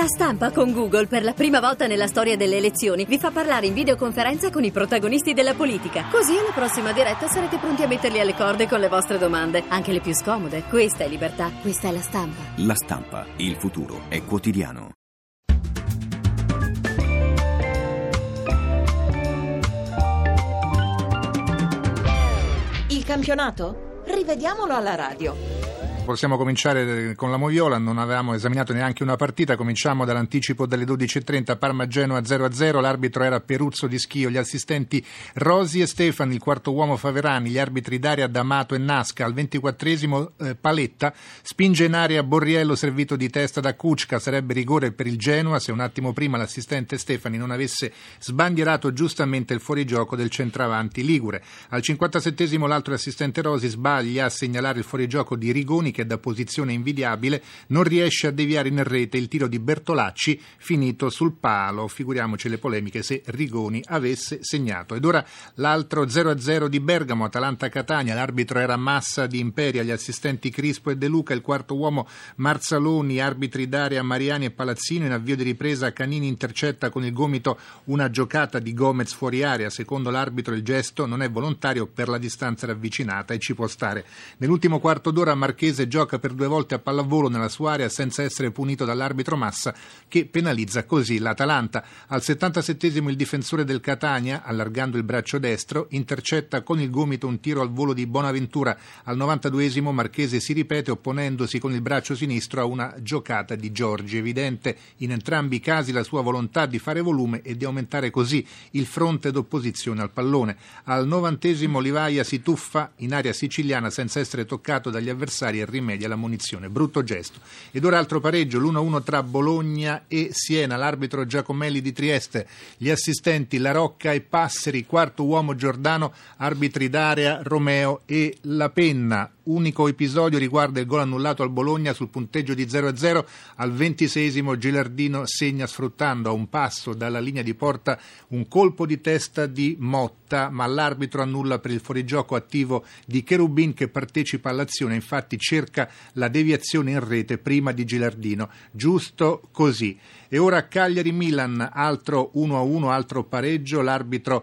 Stampa con Google, per la prima volta nella storia delle elezioni, vi fa parlare in videoconferenza con i protagonisti della politica. Così alla prossima diretta sarete pronti a metterli alle corde con le vostre domande, anche le più scomode. Questa è libertà, questa è La Stampa. La Stampa, il futuro è quotidiano. Il campionato? Rivediamolo alla radio. Possiamo cominciare con la Moviola, non avevamo esaminato neanche una partita, cominciamo dall'anticipo delle 12.30, Parma-Genoa 0-0, l'arbitro era Peruzzo di Schio, gli assistenti Rosi e Stefani, il quarto uomo Faverani, gli arbitri d'aria D'Amato e Nasca, al 24esimo Paletta spinge in aria Borriello servito di testa da Kučka, sarebbe rigore per il Genoa se un attimo prima l'assistente Stefani non avesse sbandierato giustamente il fuorigioco del centravanti ligure. Al 57esimo l'altro assistente Rosi sbaglia a segnalare il fuorigioco di Rigoni che da posizione invidiabile non riesce a deviare in rete il tiro di Bertolacci finito sul palo. Figuriamoci le polemiche se Rigoni avesse segnato. Ed ora l'altro 0-0 di Bergamo, Atalanta-Catania, l'arbitro era Massa di Imperia, gli assistenti Crispo e De Luca, il quarto uomo Marzaloni, arbitri d'aria Mariani e Palazzino. In avvio di ripresa Canini intercetta con il gomito una giocata di Gomez fuori area, secondo l'arbitro il gesto non è volontario per la distanza ravvicinata e ci può stare. Nell'ultimo quarto d'ora Marchese gioca per 2 volte a pallavolo nella sua area senza essere punito dall'arbitro Massa, che penalizza così l'Atalanta. Al 77esimo il difensore del Catania, allargando il braccio destro, intercetta con il gomito un tiro al volo di Bonaventura. Al 92esimo Marchese si ripete opponendosi con il braccio sinistro a una giocata di Giorgi. Evidente in entrambi i casi la sua volontà di fare volume e di aumentare così il fronte d'opposizione al pallone. Al 90esimo Livaia si tuffa in area siciliana senza essere toccato dagli avversari e rimedia la munizione. Brutto gesto. Ed ora altro pareggio, l'1-1 tra Bologna e Siena, l'arbitro Giacomelli di Trieste, gli assistenti La Rocca e Passeri, quarto uomo Giordano, arbitri d'area Romeo e La Penna. Unico episodio riguarda il gol annullato al Bologna sul punteggio di 0-0. Al 26esimo Gilardino segna sfruttando a un passo dalla linea di porta un colpo di testa di Motta, ma l'arbitro annulla per il fuorigioco attivo di Cherubin che partecipa all'azione, infatti cerca la deviazione in rete prima di Gilardino. Giusto così. E ora Cagliari-Milan, altro 1-1, altro pareggio, l'arbitro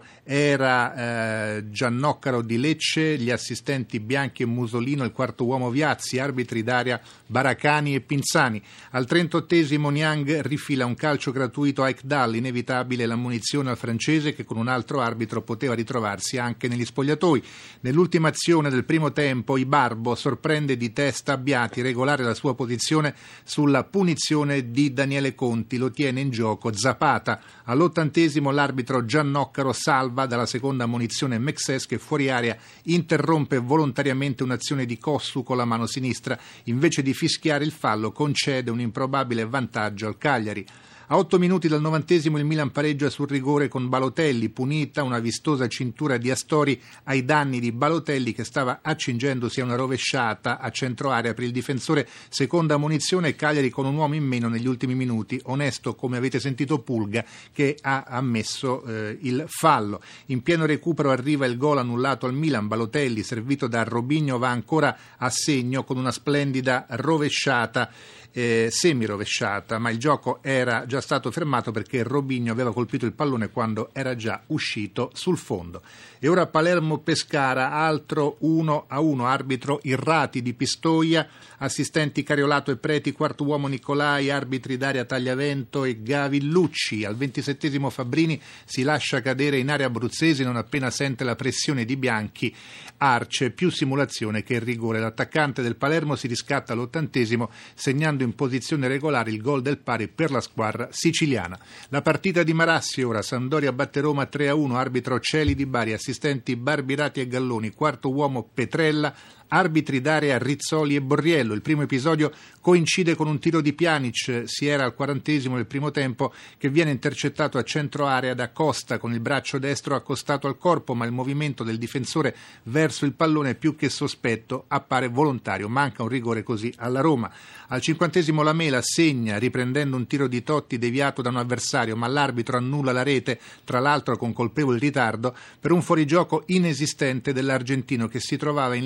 era Giannoccaro di Lecce, gli assistenti Bianchi e Musolino, il quarto uomo Viazzi, arbitri d'aria Baracani e Pinzani. Al 38esimo Niang rifila un calcio gratuito a Ekdal, inevitabile l'ammonizione al francese che con un altro arbitro poteva ritrovarsi anche negli spogliatoi. Nell'ultima azione del primo tempo Ibarbo sorprende di testa Abbiati, regolare la sua posizione sulla punizione di Daniele Conti, lo tiene in gioco Zapata. All'80esimo l'arbitro Giannoccaro salva dalla seconda ammonizione Mexes che fuori area interrompe volontariamente un'azione di Cossu con la mano sinistra, invece di fischiare il fallo concede un improbabile vantaggio al Cagliari. A 8 minuti dal 90esimo il Milan pareggia sul rigore con Balotelli, punita una vistosa cintura di Astori ai danni di Balotelli che stava accingendosi a una rovesciata a centro area per il difensore, seconda ammonizione e Cagliari con un uomo in meno negli ultimi minuti, onesto come avete sentito Pulga che ha ammesso il fallo. In pieno recupero arriva il gol annullato al Milan, Balotelli servito da Robinho va ancora a segno con una splendida rovesciata, semi-rovesciata, ma il gioco era già stato fermato perché Robinho aveva colpito il pallone quando era già uscito sul fondo. E ora Palermo-Pescara, altro 1-1, arbitro Irrati di Pistoia, assistenti Cariolato e Preti, quarto uomo Nicolai, arbitri d'aria Tagliavento e Gavillucci. Al 27esimo Fabbrini si lascia cadere in area abruzzese non appena sente la pressione di Bianchi, Arce, più simulazione che il rigore. L'attaccante del Palermo si riscatta all'80esimo segnando in posizione regolare il gol del pari per la squadra siciliana. La partita di Marassi ora, Sampdoria batte Roma 3-1, arbitro Celi di Bari, assistenti Barbirati e Galloni, quarto uomo Petrella, arbitri d'area Rizzoli e Borriello. Il primo episodio coincide con un tiro di Pjanic, si era al 40esimo del primo tempo, che viene intercettato a centro area da Costa con il braccio destro accostato al corpo, ma il movimento del difensore verso il pallone più che sospetto appare volontario, manca un rigore così alla Roma. Al 50esimo Lamela segna riprendendo un tiro di Totti deviato da un avversario, ma l'arbitro annulla la rete, tra l'altro con colpevole ritardo, per un fuorigioco inesistente dell'argentino che si trovava in linea con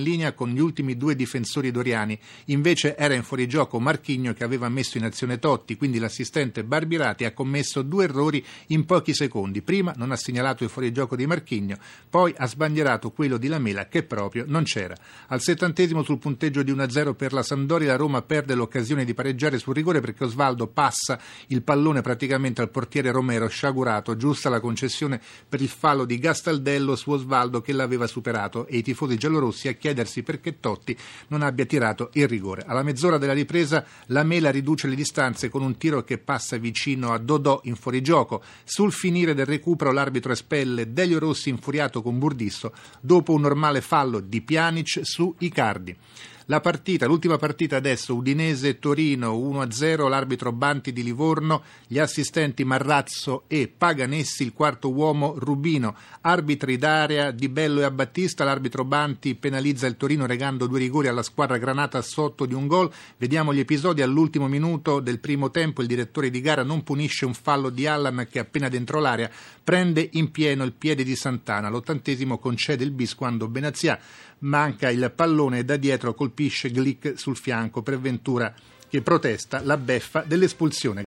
con gli ultimi due difensori doriani, invece era in fuorigioco Marchigno che aveva messo in azione Totti, quindi l'assistente Barbirati ha commesso 2 errori in pochi secondi. Prima non ha segnalato il fuorigioco di Marchigno, poi ha sbandierato quello di Lamela che proprio non c'era. Al 70° sul punteggio di 1-0 per la Sampdoria, la Roma perde l'occasione di pareggiare sul rigore perché Osvaldo passa il pallone praticamente al portiere Romero, sciagurato, giusta la concessione per il fallo di Gastaldello su Osvaldo che l'aveva superato, e i tifosi giallorossi a chiedersi perché Totti non abbia tirato il rigore. Alla mezz'ora della ripresa Lamela riduce le distanze con un tiro che passa vicino a Dodò in fuorigioco. Sul finire del recupero l'arbitro espelle Delio Rossi infuriato con Burdisso dopo un normale fallo di Pjanic su Icardi. L'ultima partita adesso, Udinese-Torino 1-0, l'arbitro Banti di Livorno, gli assistenti Marrazzo e Paganessi, il quarto uomo Rubino, arbitri d'area Di Bello e Abbattista, l'arbitro Banti penalizza il Torino regando 2 rigori alla squadra granata sotto di un gol. Vediamo gli episodi. All'ultimo minuto del primo tempo il direttore di gara non punisce un fallo di Allan che appena dentro l'area prende in pieno il piede di Santana. All'80° concede il bis quando Benazia manca il pallone e da dietro colpisce Glick sul fianco. Per Ventura che protesta la beffa dell'espulsione.